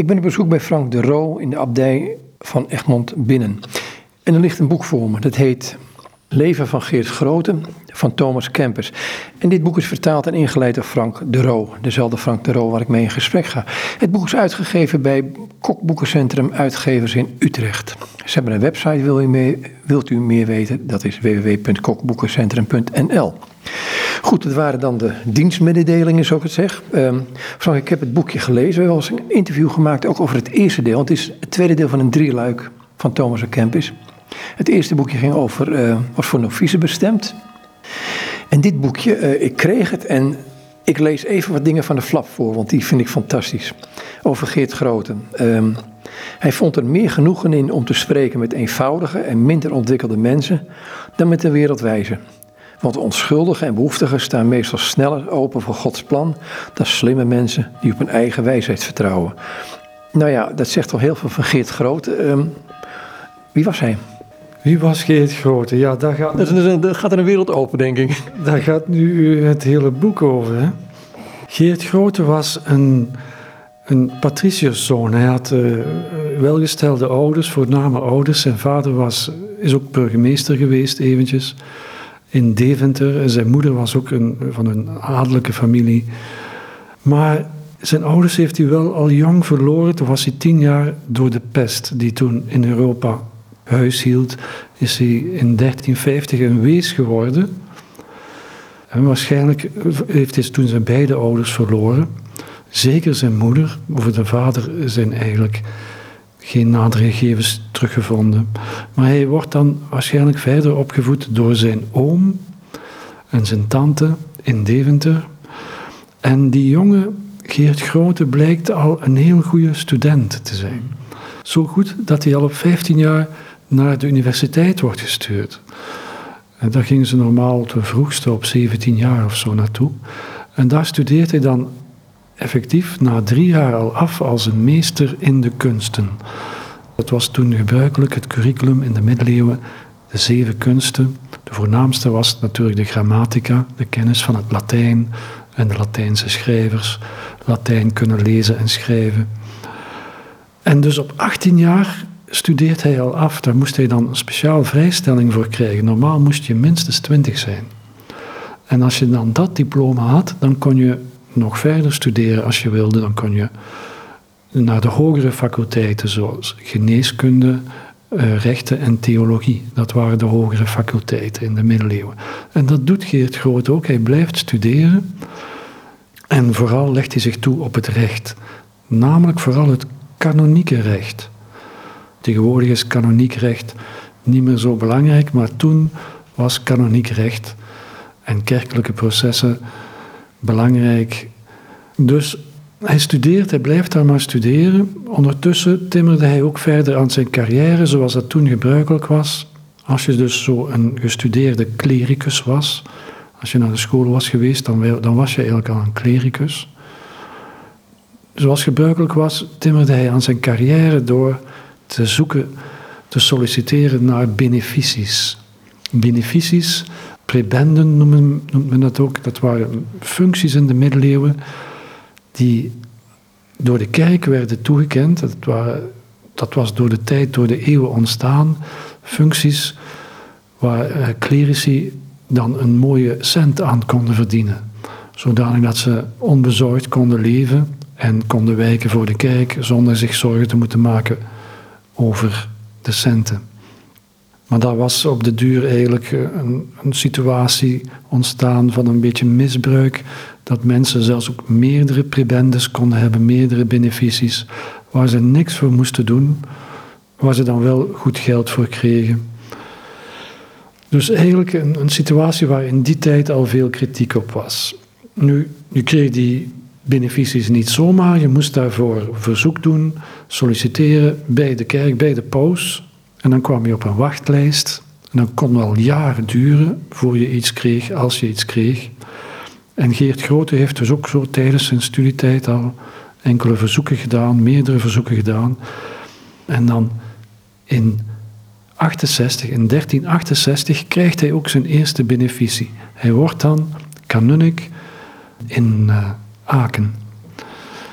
Ik ben op bezoek bij Frank de Roo in de abdij van Egmond Binnen. En er ligt een boek voor me, dat heet Leven van Geert Grote van Thomas Kempers. En dit boek is vertaald en ingeleid door Frank de Roo, dezelfde Frank de Roo waar ik mee in gesprek ga. Het boek is uitgegeven bij Kok Boekencentrum Uitgevers in Utrecht. Ze hebben een website, wilt u meer weten, dat is www.kokboekencentrum.nl. Goed, dat waren dan de dienstmededelingen, zoals ik het zeg. Frank, ik heb het boekje gelezen. We hebben al eens een interview gemaakt, ook over het eerste deel. Want het is het tweede deel van een drieluik van Thomas Kempis. Het eerste boekje ging over, was voor novicen bestemd. En dit boekje, ik kreeg het en ik lees even wat dingen van de flap voor, want die vind ik fantastisch. Over Geert Grote. Hij vond er meer genoegen in om te spreken met eenvoudige en minder ontwikkelde mensen dan met de wereldwijze. Want onschuldigen en behoeftigen staan meestal sneller open voor Gods plan dan slimme mensen die op hun eigen wijsheid vertrouwen. Nou ja, dat zegt al heel veel van Geert Grote. Wie was hij? Wie was Geert Grote? Ja, daar gaat er een wereld open, denk ik. Daar gaat nu het hele boek over. Hè? Geert Grote was een patriciërszoon. Hij had welgestelde ouders, voorname ouders. Zijn vader is ook burgemeester geweest, eventjes, in Deventer. En zijn moeder was ook van een adellijke familie. Maar zijn ouders heeft hij wel al jong verloren. Toen was hij 10 jaar door de pest, die toen in Europa huishield. Is hij in 1350 een wees geworden. En waarschijnlijk heeft hij toen zijn beide ouders verloren. Zeker zijn moeder. Over de vader zijn eigenlijk geen nadere gegevens teruggevonden. Maar hij wordt dan waarschijnlijk verder opgevoed door zijn oom en zijn tante in Deventer. En die jonge Geert Grote blijkt al een heel goede student te zijn. Zo goed dat hij al op 15 jaar naar de universiteit wordt gestuurd. En daar gingen ze normaal ten vroegste op 17 jaar of zo naartoe. En daar studeert hij dan effectief na 3 jaar al af als een meester in de kunsten. Dat was toen gebruikelijk, het curriculum in de middeleeuwen, de 7 kunsten. De voornaamste was natuurlijk de grammatica, de kennis van het Latijn en de Latijnse schrijvers. Latijn kunnen lezen en schrijven. En dus op 18 jaar studeert hij al af. Daar moest hij dan een speciaal vrijstelling voor krijgen. Normaal moest je minstens 20 zijn. En als je dan dat diploma had, dan kon je nog verder studeren als je wilde. Dan kon je naar de hogere faculteiten, zoals geneeskunde, rechten en theologie. Dat waren de hogere faculteiten in de middeleeuwen. En dat doet Geert Grote ook. Hij blijft studeren. En vooral legt hij zich toe op het recht. Namelijk vooral het kanonieke recht. Tegenwoordig is kanoniek recht niet meer zo belangrijk, maar toen was kanoniek recht en kerkelijke processen belangrijk. Dus hij blijft daar maar studeren. Ondertussen timmerde hij ook verder aan zijn carrière, zoals dat toen gebruikelijk was. Als je dus zo een gestudeerde clericus was, als je naar de school was geweest, dan was je eigenlijk al een clericus. Zoals gebruikelijk was, timmerde hij aan zijn carrière door te zoeken, te solliciteren naar beneficies. Beneficies, prebenden noemt men dat ook. Dat waren functies in de middeleeuwen die door de kerk werden toegekend. Dat was door de tijd, door de eeuwen ontstaan. Functies waar clerici dan een mooie cent aan konden verdienen. Zodanig dat ze onbezorgd konden leven en konden wijken voor de kerk zonder zich zorgen te moeten maken over de centen. Maar daar was op de duur eigenlijk een situatie ontstaan van een beetje misbruik, dat mensen zelfs ook meerdere prebendes konden hebben, meerdere beneficies, waar ze niks voor moesten doen, waar ze dan wel goed geld voor kregen. Dus eigenlijk een situatie waar in die tijd al veel kritiek op was. Nu kreeg die beneficies niet zomaar, je moest daarvoor verzoek doen, solliciteren bij de kerk, bij de paus. En dan kwam je op een wachtlijst. En dan kon het al jaren duren voor je iets kreeg, als je iets kreeg. En Geert Grote heeft dus ook zo tijdens zijn studietijd al enkele verzoeken gedaan, meerdere verzoeken gedaan. En dan in 1368 krijgt hij ook zijn eerste beneficie. Hij wordt dan kanunnik in Aken.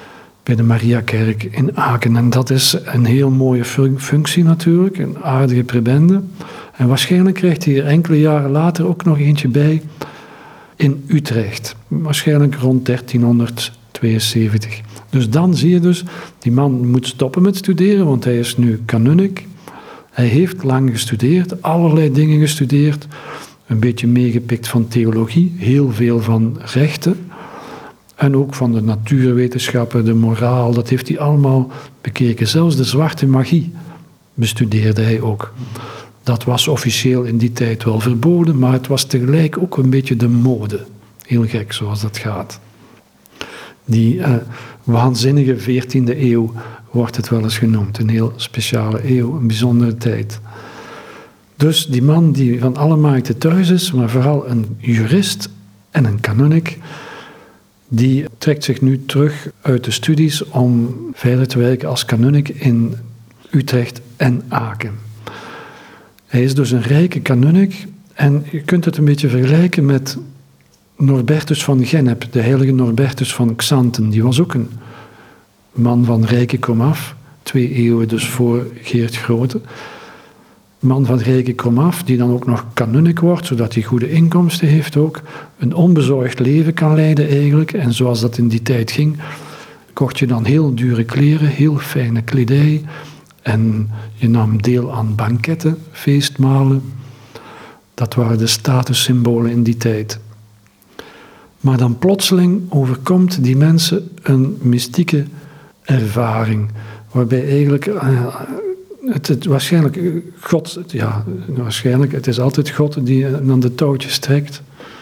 bij de Mariakerk in Aken. En dat is een heel mooie functie natuurlijk, een aardige prebende. En waarschijnlijk krijgt hij er enkele jaren later ook nog eentje bij in Utrecht. Waarschijnlijk rond 1372. Dus dan zie je dus, die man moet stoppen met studeren, want hij is nu kanunnik. Hij heeft lang gestudeerd, allerlei dingen gestudeerd. Een beetje meegepikt van theologie, heel veel van rechten. En ook van de natuurwetenschappen, de moraal, dat heeft hij allemaal bekeken. Zelfs de zwarte magie bestudeerde hij ook. Dat was officieel in die tijd wel verboden, maar het was tegelijk ook een beetje de mode. Heel gek zoals dat gaat. Die waanzinnige 14e eeuw wordt het wel eens genoemd. Een heel speciale eeuw, een bijzondere tijd. Dus die man die van alle markten thuis is, maar vooral een jurist en een kanunnik, die trekt zich nu terug uit de studies om verder te werken als kanunnik in Utrecht en Aken. Hij is dus een rijke kanunnik en je kunt het een beetje vergelijken met Norbertus van Gennep, de heilige Norbertus van Xanten. Die was ook een man van rijke komaf, 2 eeuwen dus voor Geert Grote. Man van rijke komaf, die dan ook nog kanunnik wordt, zodat hij goede inkomsten heeft ook. Een onbezorgd leven kan leiden eigenlijk. En zoals dat in die tijd ging, kocht je dan heel dure kleren, heel fijne kledij. En je nam deel aan banketten, feestmalen. Dat waren de statussymbolen in die tijd. Maar dan plotseling overkomt die mensen een mystieke ervaring, waarbij eigenlijk het waarschijnlijk God, ja, waarschijnlijk, het is altijd God die aan de touwtjes trekt.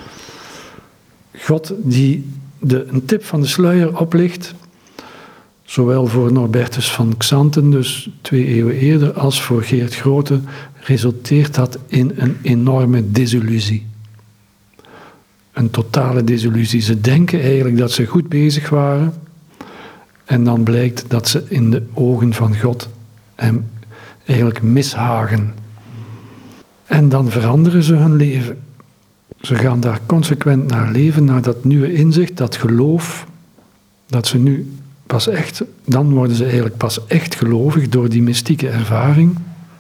God die een tip van de sluier oplicht, zowel voor Norbertus van Xanten, dus 2 eeuwen eerder, als voor Geert Grote, resulteert dat in een enorme desillusie. Een totale desillusie. Ze denken eigenlijk dat ze goed bezig waren, en dan blijkt dat ze in de ogen van God hem eigenlijk mishagen. En dan veranderen ze hun leven. Ze gaan daar consequent naar leven, naar dat nieuwe inzicht, dat geloof, dat ze nu pas echt, dan worden ze eigenlijk pas echt gelovig door die mystieke ervaring.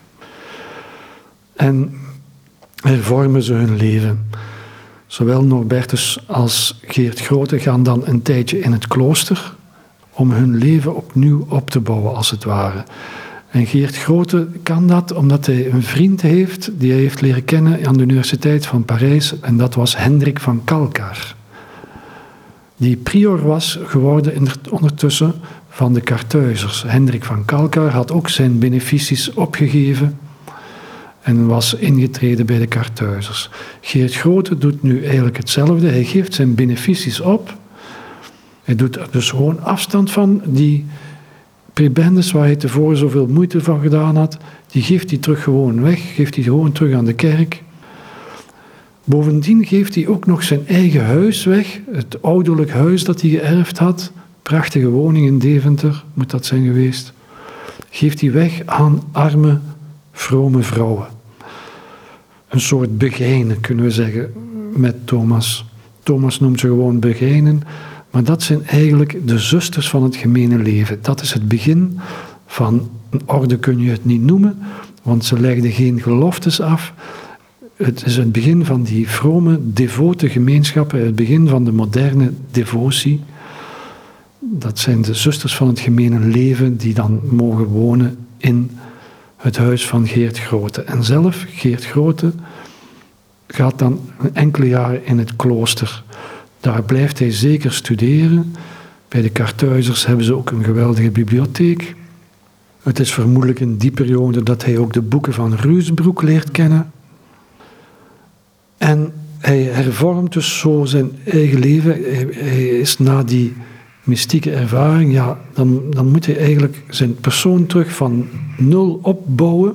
En hervormen ze hun leven. Zowel Norbertus als Geert Grote gaan dan een tijdje in het klooster om hun leven opnieuw op te bouwen, als het ware. En Geert Grote kan dat omdat hij een vriend heeft die hij heeft leren kennen aan de Universiteit van Parijs, en dat was Hendrik van Kalkar. Die prior was geworden ondertussen van de Karthuizers. Hendrik van Kalkar had ook zijn beneficies opgegeven en was ingetreden bij de Karthuizers. Geert Grote doet nu eigenlijk hetzelfde. Hij geeft zijn beneficies op. Hij doet er dus gewoon afstand van. Die prebendes waar hij tevoren zoveel moeite van gedaan had, die geeft hij terug gewoon weg. Geeft hij gewoon terug aan de kerk. Bovendien geeft hij ook nog zijn eigen huis weg. Het ouderlijk huis dat hij geërfd had. Prachtige woning in Deventer, moet dat zijn geweest. Geeft hij weg aan arme, vrome vrouwen. Een soort begijnen, kunnen we zeggen, met Thomas. Thomas noemt ze gewoon begijnen. Maar dat zijn eigenlijk de zusters van het gemene leven. Dat is het begin van een orde, kun je het niet noemen, want ze legden geen geloftes af. Het is het begin van die vrome, devote gemeenschappen, het begin van de moderne devotie. Dat zijn de zusters van het gemene leven die dan mogen wonen in het huis van Geert Grote. En zelf, Geert Grote, gaat dan enkele jaren in het klooster. Daar blijft hij zeker studeren. Bij de Karthuizers hebben ze ook een geweldige bibliotheek. Het is vermoedelijk in die periode dat hij ook de boeken van Ruysbroek leert kennen. En hij hervormt dus zo zijn eigen leven. Hij is na die mystieke ervaring, ja, dan moet hij eigenlijk zijn persoon terug van nul opbouwen.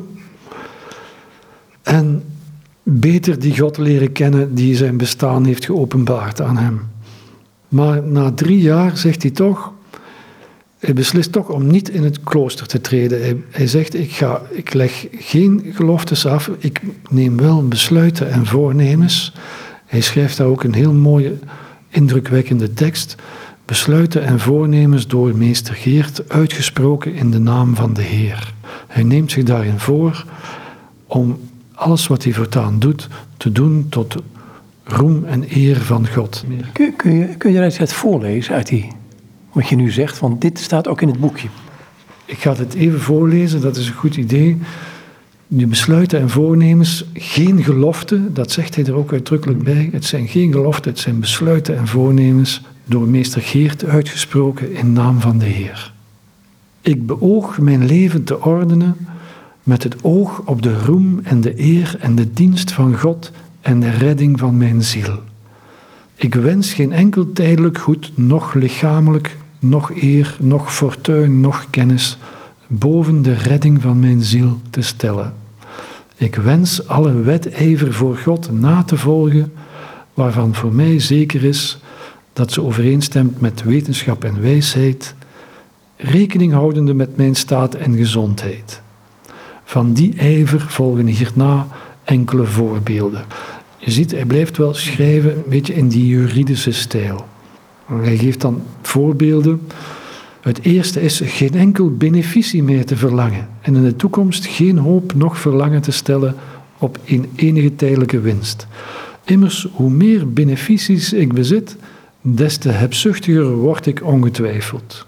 En beter die God leren kennen die zijn bestaan heeft geopenbaard aan hem. Maar na 3 jaar zegt hij toch, hij beslist toch om niet in het klooster te treden. Hij zegt, ik leg geen geloftes af, ik neem wel besluiten en voornemens. Hij schrijft daar ook een heel mooie, indrukwekkende tekst. Besluiten en voornemens door meester Geert uitgesproken in de naam van de Heer. Hij neemt zich daarin voor om alles wat hij voortaan doet, te doen tot roem en eer van God. Kun je er eens uit voorlezen uit wat je nu zegt? Want dit staat ook in het boekje. Ik ga het even voorlezen, dat is een goed idee. Die besluiten en voornemens, geen geloften, dat zegt hij er ook uitdrukkelijk bij. Het zijn geen geloften, het zijn besluiten en voornemens door meester Geert uitgesproken in naam van de Heer. Ik beoog mijn leven te ordenen met het oog op de roem en de eer en de dienst van God en de redding van mijn ziel. Ik wens geen enkel tijdelijk goed, noch lichamelijk, noch eer, noch fortuin, noch kennis, boven de redding van mijn ziel te stellen. Ik wens alle wedijver voor God na te volgen, waarvan voor mij zeker is dat ze overeenstemt met wetenschap en wijsheid, rekening houdende met mijn staat en gezondheid. Van die ijver volgen hierna enkele voorbeelden. Je ziet, hij blijft wel schrijven een beetje in die juridische stijl. Hij geeft dan voorbeelden. Het eerste is geen enkel beneficie meer te verlangen en in de toekomst geen hoop noch verlangen te stellen op enige tijdelijke winst. Immers, hoe meer beneficies ik bezit, des te hebzuchtiger word ik ongetwijfeld.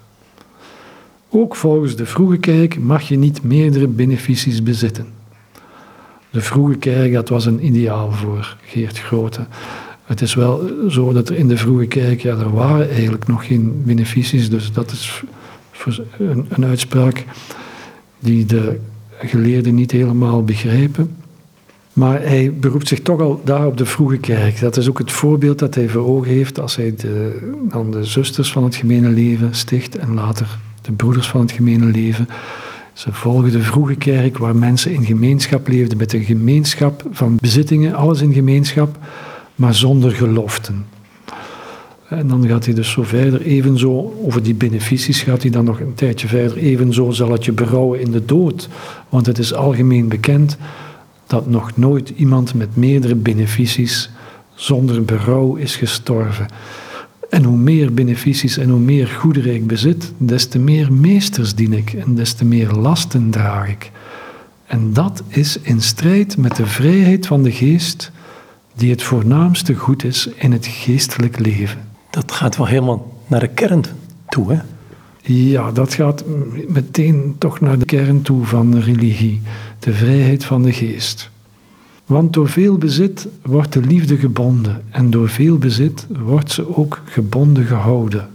Ook volgens de vroege kerk mag je niet meerdere beneficies bezitten. De vroege kerk, dat was een ideaal voor Geert Grote. Het is wel zo dat er in de vroege kerk, er waren eigenlijk nog geen beneficies, dus dat is een uitspraak die de geleerden niet helemaal begrijpen. Maar hij beroept zich toch al daar op de vroege kerk. Dat is ook het voorbeeld dat hij voor ogen heeft als hij dan de zusters van het gemene leven sticht en later de broeders van het gemene leven. Ze volgen de vroege kerk waar mensen in gemeenschap leefden met een gemeenschap van bezittingen, alles in gemeenschap, maar zonder geloften. En dan gaat hij dus zo verder, evenzo over die beneficies gaat hij dan nog een tijdje verder, evenzo zal het je berouwen in de dood, want het is algemeen bekend dat nog nooit iemand met meerdere beneficies zonder berouw is gestorven. En hoe meer beneficies en hoe meer goederen ik bezit, des te meer meesters dien ik en des te meer lasten draag ik. En dat is in strijd met de vrijheid van de geest, die het voornaamste goed is in het geestelijk leven. Dat gaat wel helemaal naar de kern toe, hè? Ja, dat gaat meteen toch naar de kern toe van de religie, de vrijheid van de geest. Want door veel bezit wordt de liefde gebonden en door veel bezit wordt ze ook gebonden gehouden.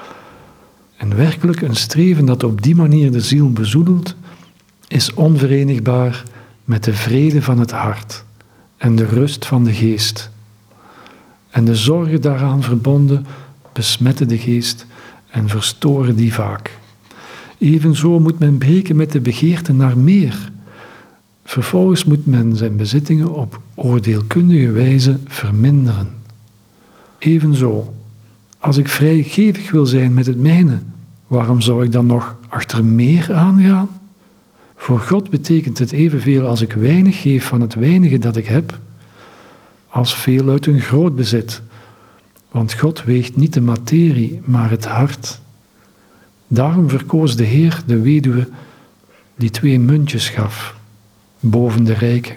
En werkelijk een streven dat op die manier de ziel bezoedelt, is onverenigbaar met de vrede van het hart en de rust van de geest. En de zorgen daaraan verbonden besmetten de geest en verstoren die vaak. Evenzo moet men breken met de begeerte naar meer. Vervolgens moet men zijn bezittingen op oordeelkundige wijze verminderen. Evenzo, als ik vrijgevig wil zijn met het mijne, waarom zou ik dan nog achter meer aangaan? Voor God betekent het evenveel als ik weinig geef van het weinige dat ik heb, als veel uit een groot bezit. Want God weegt niet de materie, maar het hart. Daarom verkoos de Heer de weduwe die 2 muntjes gaf, boven de rijken.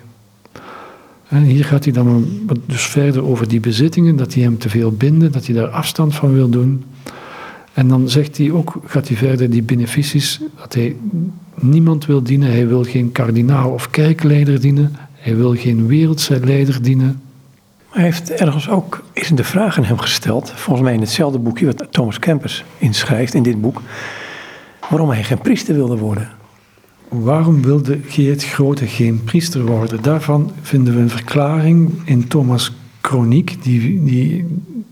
En hier gaat hij dan dus verder over die bezittingen, dat die hem te veel binden, dat hij daar afstand van wil doen. En dan zegt hij ook, gaat hij verder die beneficies, dat hij niemand wil dienen, hij wil geen kardinaal of kerkleider dienen, hij wil geen wereldse leider dienen. Maar hij heeft ergens ook eens de vraag aan hem gesteld, volgens mij in hetzelfde boekje wat Thomas Kempis inschrijft in dit boek, waarom hij geen priester wilde worden. Waarom wilde Geert Grote geen priester worden? Daarvan vinden we een verklaring in Thomas' Kroniek, die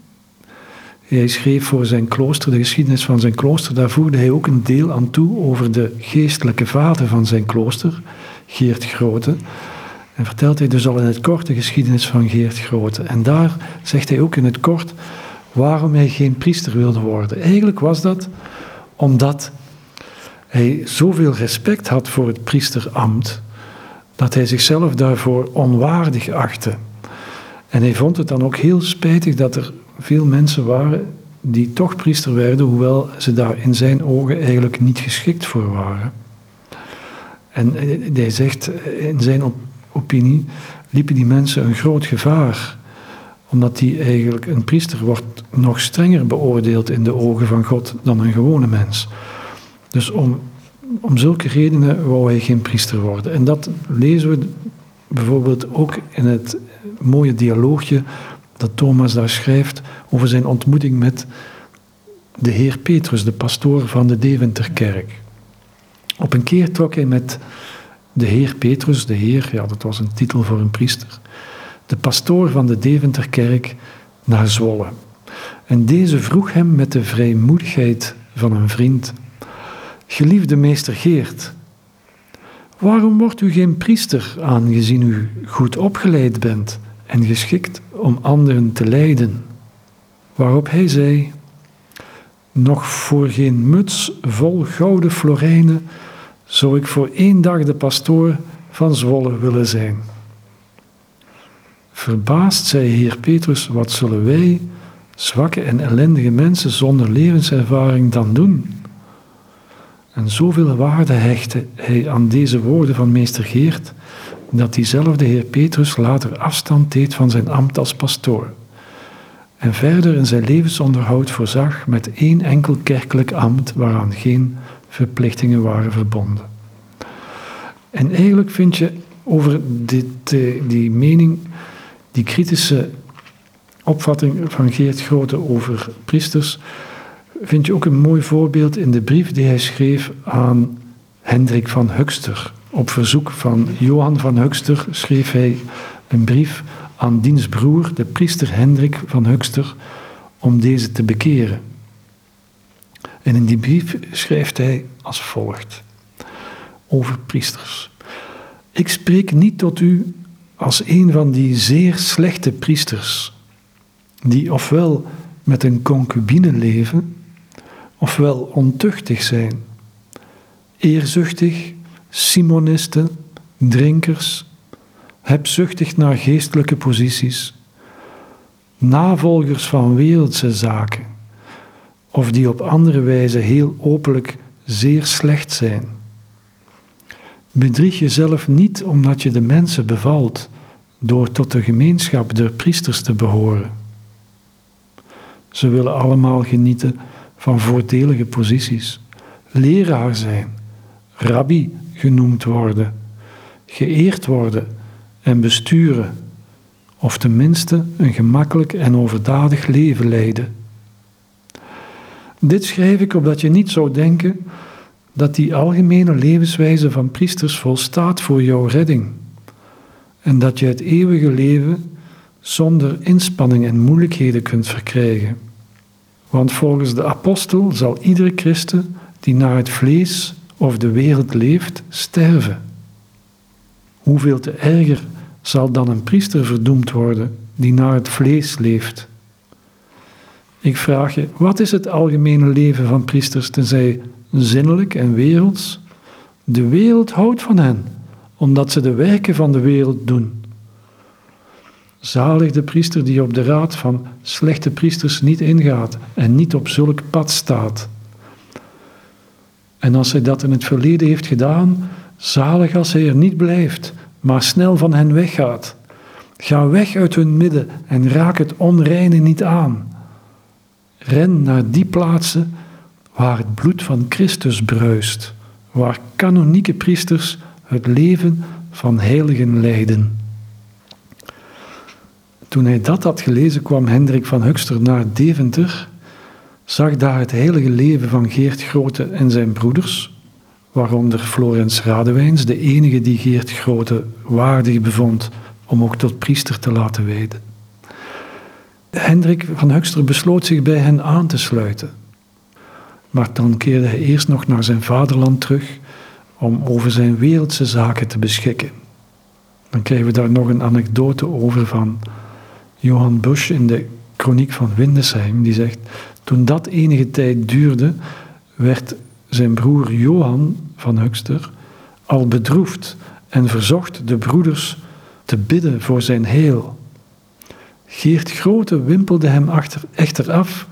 hij schreef voor zijn klooster, de geschiedenis van zijn klooster. Daar voegde hij ook een deel aan toe over de geestelijke vader van zijn klooster, Geert Grote. En vertelt hij dus al in het kort de geschiedenis van Geert Grote. En daar zegt hij ook in het kort waarom hij geen priester wilde worden. Eigenlijk was dat omdat hij zoveel respect had voor het priesterambt, dat hij zichzelf daarvoor onwaardig achtte. En hij vond het dan ook heel spijtig dat er veel mensen waren die toch priester werden, hoewel ze daar in zijn ogen eigenlijk niet geschikt voor waren. En hij zegt, in zijn opinie liepen die mensen een groot gevaar, omdat die eigenlijk, een priester wordt nog strenger beoordeeld in de ogen van God dan een gewone mens. Dus om zulke redenen wou hij geen priester worden. En dat lezen we bijvoorbeeld ook in het mooie dialoogje dat Thomas daar schrijft over zijn ontmoeting met de heer Petrus, de pastoor van de Deventerkerk. Op een keer trok hij met de heer Petrus, de heer, ja, dat was een titel voor een priester, de pastoor van de Deventerkerk, naar Zwolle. En deze vroeg hem met de vrijmoedigheid van een vriend: geliefde meester Geert, waarom wordt u geen priester, aangezien u goed opgeleid bent en geschikt om anderen te leiden? Waarop hij zei: nog voor geen muts vol gouden florijnen zou ik voor 1 dag de pastoor van Zwolle willen zijn. Verbaasd zei heer Petrus: wat zullen wij, zwakke en ellendige mensen zonder levenservaring, dan doen? En zoveel waarde hechtte hij aan deze woorden van meester Geert, dat diezelfde heer Petrus later afstand deed van zijn ambt als pastoor en verder in zijn levensonderhoud voorzag met 1 enkel kerkelijk ambt waaraan geen verplichtingen waren verbonden. En eigenlijk vind je over die mening, die kritische opvatting van Geert Grote over priesters, vind je ook een mooi voorbeeld in de brief die hij schreef aan Hendrik van Höxter. Op verzoek van Johan van Höxter schreef hij een brief aan diens broer, de priester Hendrik van Höxter, om deze te bekeren. En in die brief schrijft hij als volgt over priesters: ik spreek niet tot u als een van die zeer slechte priesters, die ofwel met een concubine leven, ofwel ontuchtig zijn, eerzuchtig, simonisten, drinkers, hebzuchtig naar geestelijke posities, navolgers van wereldse zaken, of die op andere wijze heel openlijk zeer slecht zijn. Bedrieg jezelf niet omdat je de mensen bevalt door tot de gemeenschap der priesters te behoren. Ze willen allemaal genieten van voordelige posities, leraar zijn, rabbi genoemd worden, geëerd worden en besturen, of tenminste een gemakkelijk en overdadig leven leiden. Dit schrijf ik opdat je niet zou denken dat die algemene levenswijze van priesters volstaat voor jouw redding en dat je het eeuwige leven zonder inspanning en moeilijkheden kunt verkrijgen. Want volgens de apostel zal iedere christen die naar het vlees of de wereld leeft, sterven. Hoeveel te erger zal dan een priester verdoemd worden die naar het vlees leeft? Ik vraag je, wat is het algemene leven van priesters tenzij zinnelijk en werelds? De wereld houdt van hen, omdat ze de werken van de wereld doen. Zalig de priester die op de raad van slechte priesters niet ingaat en niet op zulk pad staat. En als hij dat in het verleden heeft gedaan, zalig als hij er niet blijft, maar snel van hen weggaat. Ga weg uit hun midden en raak het onreine niet aan. Ren naar die plaatsen waar het bloed van Christus bruist, waar kanonieke priesters het leven van heiligen leiden. Toen hij dat had gelezen, kwam Hendrik van Höxter naar Deventer, zag daar het heilige leven van Geert Grote en zijn broeders, waaronder Florens Radewijns, de enige die Geert Grote waardig bevond om ook tot priester te laten wijden. Hendrik van Höxter besloot zich bij hen aan te sluiten. Maar dan keerde hij eerst nog naar zijn vaderland terug om over zijn wereldse zaken te beschikken. Dan krijgen we daar nog een anekdote over van Johan Busch in de Kroniek van Windesheim, die zegt: toen dat enige tijd duurde, werd zijn broer Johan van Höxter al bedroefd en verzocht de broeders te bidden voor zijn heil. Geert Grote wimpelde hem echter af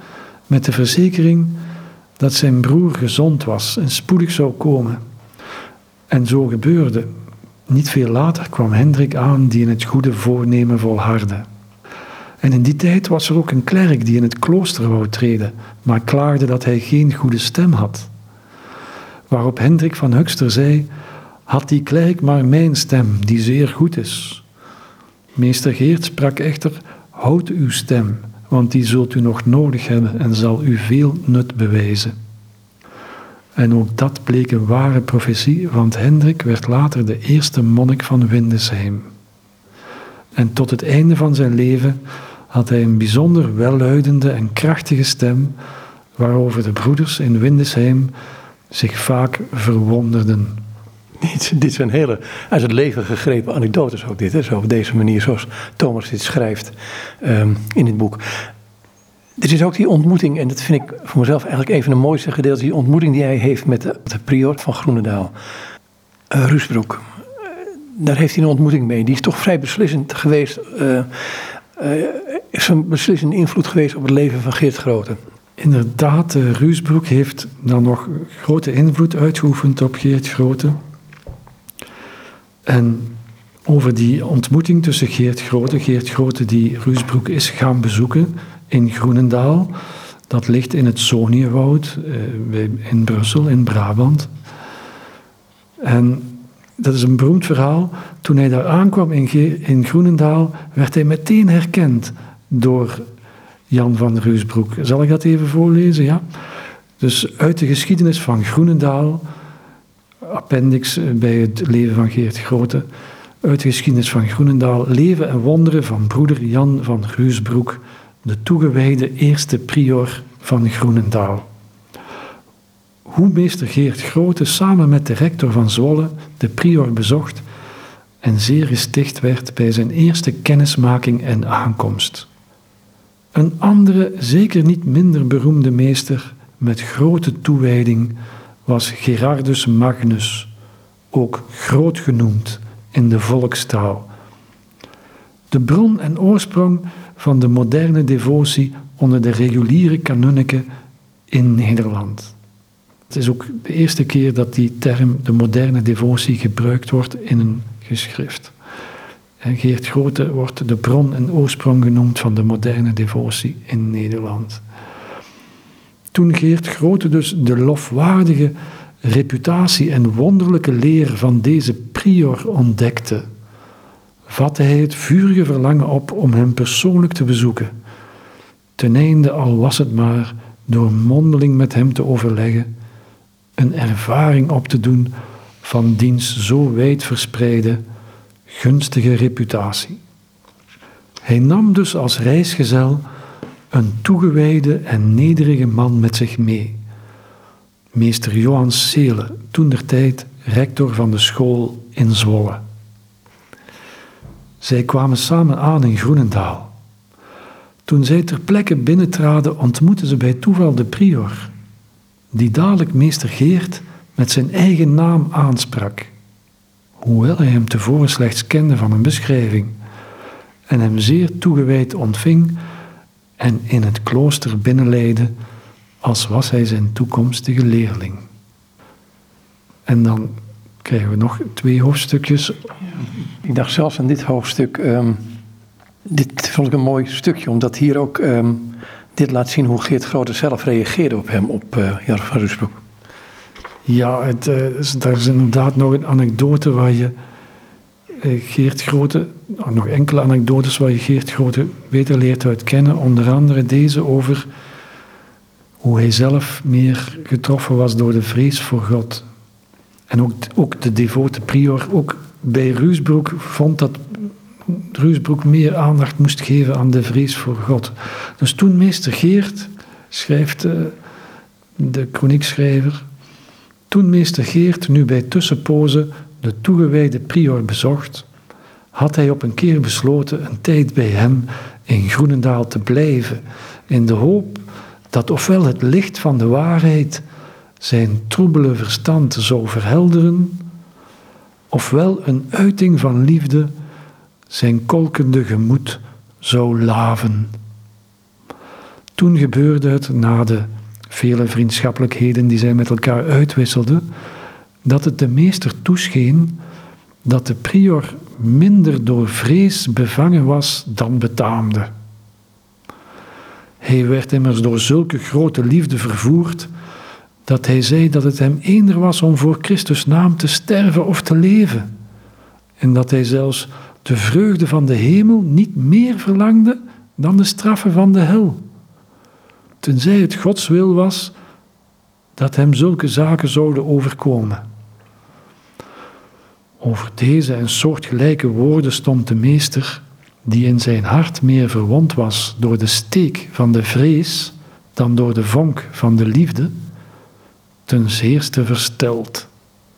met de verzekering dat zijn broer gezond was en spoedig zou komen. En zo gebeurde. Niet veel later kwam Hendrik aan die in het goede voornemen volhardde. En in die tijd was er ook een klerk die in het klooster wou treden, maar klaagde dat hij geen goede stem had. Waarop Hendrik van Höxter zei: had die klerk maar mijn stem, die zeer goed is. Meester Geert sprak echter: houd uw stem, want die zult u nog nodig hebben en zal u veel nut bewijzen. En ook dat bleek een ware profetie, want Hendrik werd later de eerste monnik van Windesheim. En tot het einde van zijn leven had hij een bijzonder welluidende en krachtige stem, waarover de broeders in Windesheim zich vaak verwonderden. Dit zijn hele uit het leven gegrepen anekdotes ook dit, hè? Zo op deze manier zoals Thomas dit schrijft in dit boek. Er is ook die ontmoeting, en dat vind ik voor mezelf eigenlijk een van de mooiste gedeelten, die ontmoeting die hij heeft met de prior van Groenendaal, Ruusbroek. Daar heeft hij een ontmoeting mee. Die is toch vrij beslissend geweest, is een beslissende invloed geweest op het leven van Geert Grote. Inderdaad, Ruusbroek heeft dan nog grote invloed uitgeoefend op Geert Grote. En over die ontmoeting tussen Geert Grote die Ruusbroek is gaan bezoeken in Groenendaal. Dat ligt in het Soniewoud in Brussel, in Brabant. En dat is een beroemd verhaal. Toen hij daar aankwam in Groenendaal, werd hij meteen herkend door Jan van Ruusbroek. Zal ik dat even voorlezen? Ja. Dus uit de geschiedenis van Groenendaal, appendix bij het leven van Geert Grote, uit de geschiedenis van Groenendaal, leven en wonderen van broeder Jan van Ruusbroek, de toegewijde eerste prior van Groenendaal. Hoe meester Geert Grote samen met de rector van Zwolle de prior bezocht en zeer gesticht werd bij zijn eerste kennismaking en aankomst. Een andere, zeker niet minder beroemde meester met grote toewijding was Gerardus Magnus, ook groot genoemd in de volkstaal. De bron en oorsprong van de moderne devotie onder de reguliere kanunniken in Nederland. Het is ook de eerste keer dat die term de moderne devotie gebruikt wordt in een geschrift. Geert Grote wordt de bron en oorsprong genoemd van de moderne devotie in Nederland. Toen Geert Grote dus de lofwaardige reputatie en wonderlijke leer van deze prior ontdekte, vatte hij het vurige verlangen op om hem persoonlijk te bezoeken, ten einde, al was het maar door mondeling met hem te overleggen, een ervaring op te doen van diens zo wijd verspreide, gunstige reputatie. Hij nam dus als reisgezel een toegewijde en nederige man met zich mee, meester Johan Seele, toentertijd rector van de school in Zwolle. Zij kwamen samen aan in Groenendaal. Toen zij ter plekke binnentraden, ontmoetten ze bij toeval de prior, die dadelijk meester Geert met zijn eigen naam aansprak, hoewel hij hem tevoren slechts kende van een beschrijving, en hem zeer toegewijd ontving en in het klooster binnenleidde, als was hij zijn toekomstige leerling. En dan krijgen we nog 2 hoofdstukjes. Ik dacht zelfs aan dit hoofdstuk, dit vond ik een mooi stukje, omdat hier ook dit laat zien hoe Geert Grote zelf reageerde op hem, op Jan van Ruusbroek. Ja, daar is inderdaad nog een anekdote waar je Geert Grote, nog enkele anekdotes waar je Geert Grote beter leert uit kennen, onder andere deze over hoe hij zelf meer getroffen was door de vrees voor God. En ook de devote prior, ook bij Ruusbroek, vond dat Ruusbroek meer aandacht moest geven aan de vrees voor God. Dus toen meester Geert, schrijft de kroniekschrijver, toen meester Geert nu bij tussenpozen de toegewijde prior bezocht, had hij op een keer besloten een tijd bij hem in Groenendaal te blijven, in de hoop dat ofwel het licht van de waarheid zijn troebele verstand zou verhelderen, ofwel een uiting van liefde zijn kolkende gemoed zou laven. Toen gebeurde het, na de vele vriendschappelijkheden die zij met elkaar uitwisselden, dat het de meester toescheen dat de prior minder door vrees bevangen was dan betaamde. Hij werd immers door zulke grote liefde vervoerd, dat hij zei dat het hem eender was om voor Christus naam te sterven of te leven, en dat hij zelfs de vreugde van de hemel niet meer verlangde dan de straffen van de hel, tenzij het Gods wil was dat hem zulke zaken zouden overkomen. Over deze en soortgelijke woorden stond de meester, die in zijn hart meer verwond was door de steek van de vrees dan door de vonk van de liefde, ten zeerste versteld.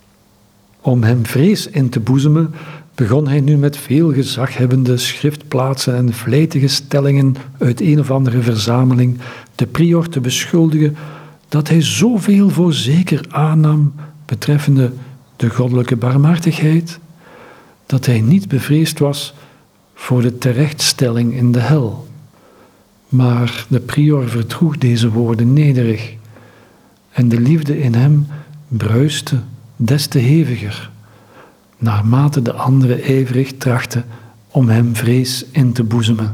Om hem vrees in te boezemen, begon hij nu met veel gezaghebbende schriftplaatsen en vlijtige stellingen uit een of andere verzameling de prior te beschuldigen dat hij zoveel voor zeker aannam betreffende de goddelijke barmhartigheid, dat hij niet bevreesd was voor de terechtstelling in de hel. Maar de prior verdroeg deze woorden nederig, en de liefde in hem bruiste des te heviger, naarmate de anderen ijverig trachten om hem vrees in te boezemen.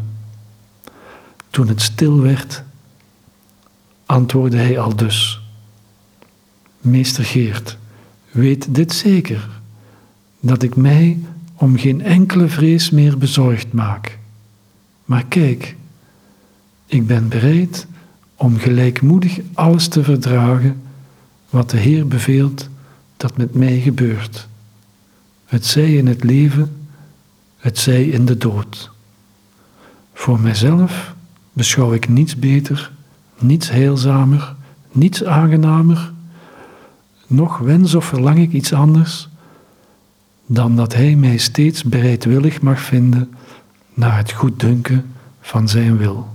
Toen het stil werd, antwoordde hij aldus: Meester Geert, weet dit zeker, dat ik mij om geen enkele vrees meer bezorgd maak. Maar kijk, ik ben bereid om gelijkmoedig alles te verdragen wat de Heer beveelt dat met mij gebeurt. Het zij in het leven, het zij in de dood. Voor mijzelf beschouw ik niets beter, niets heilzamer, niets aangenamer, noch wens of verlang ik iets anders, dan dat Hij mij steeds bereidwillig mag vinden naar het goeddunken van zijn wil.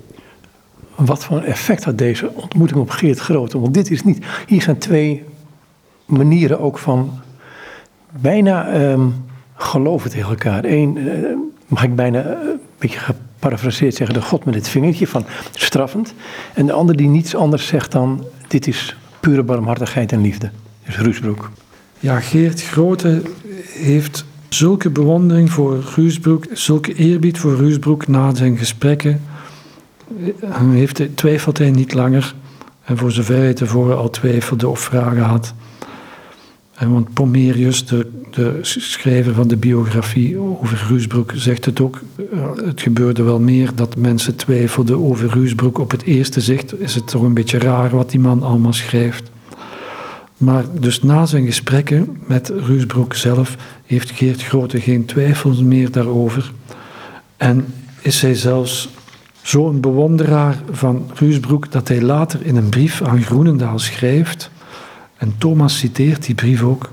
Wat voor een effect had deze ontmoeting op Geert Grote? Want dit is niet... Hier zijn twee manieren ook van bijna geloven tegen elkaar. Eén, mag ik bijna een beetje geparafraseerd zeggen, de God met het vingertje van straffend. En de ander die niets anders zegt dan, dit is pure barmhartigheid en liefde. Dus Ruusbroek. Ja, Geert Grote heeft zulke bewondering voor Ruusbroek, zulke eerbied voor Ruusbroek na zijn gesprekken. Twijfelt hij niet langer. En voor zover hij tevoren al twijfelde of vragen had. Want Pomerius, de schrijver van de biografie over Ruusbroek, zegt het ook. Het gebeurde wel meer dat mensen twijfelden over Ruusbroek. Op het eerste zicht is het toch een beetje raar wat die man allemaal schrijft. Maar dus na zijn gesprekken met Ruusbroek zelf heeft Geert Grote geen twijfel meer daarover. En is hij zelfs zo'n bewonderaar van Ruusbroek dat hij later in een brief aan Groenendaal schrijft, en Thomas citeert die brief ook: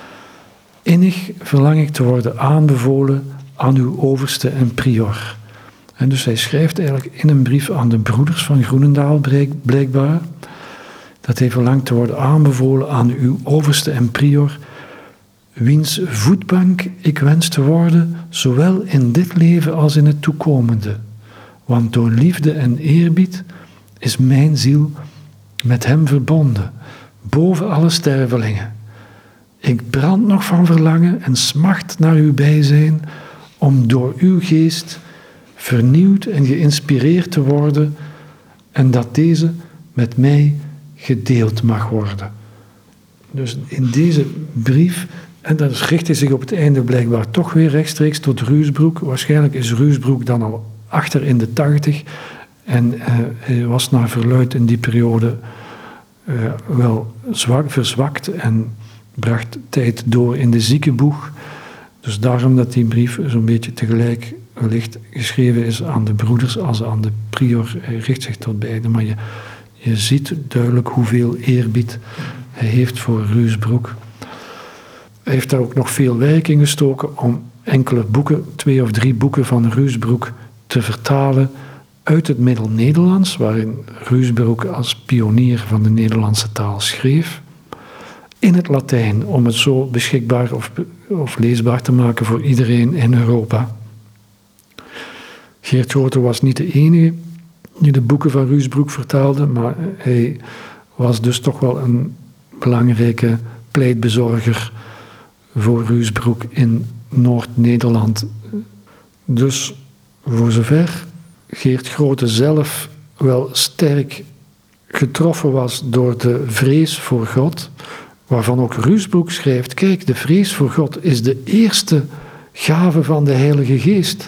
Innig verlang ik te worden aanbevolen aan uw overste en prior. En dus hij schrijft eigenlijk in een brief aan de broeders van Groenendaal blijkbaar dat hij verlangt te worden aanbevolen aan uw overste en prior, wiens voetbank ik wens te worden, zowel in dit leven als in het toekomende. Want door liefde en eerbied is mijn ziel met hem verbonden, boven alle stervelingen. Ik brand nog van verlangen en smacht naar uw bijzijn, om door uw geest vernieuwd en geïnspireerd te worden, en dat deze met mij gedeeld mag worden. Dus in deze brief, en dan richt hij zich op het einde blijkbaar toch weer rechtstreeks tot Ruusbroek. Waarschijnlijk is Ruusbroek dan al achter in de 80 en hij was naar verluidt in die periode wel verzwakt en bracht tijd door in de ziekenboeg. Dus daarom dat die brief zo'n beetje tegelijk wellicht geschreven is aan de broeders als aan de prior. Hij richt zich tot beide, maar je ziet duidelijk hoeveel eerbied hij heeft voor Ruusbroek. Hij heeft daar ook nog veel werk in gestoken om enkele boeken, 2 of 3 boeken van Ruusbroek te vertalen uit het Middel-Nederlands, waarin Ruusbroek als pionier van de Nederlandse taal schreef, in het Latijn, om het zo beschikbaar of leesbaar te maken voor iedereen in Europa. Geert Grote was niet de enige die de boeken van Ruysbroek vertaalde, maar hij was dus toch wel een belangrijke pleitbezorger voor Ruysbroek in Noord-Nederland. Dus voor zover Geert Grote zelf wel sterk getroffen was door de vrees voor God, waarvan ook Ruysbroek schrijft, kijk, de vrees voor God is de eerste gave van de Heilige Geest.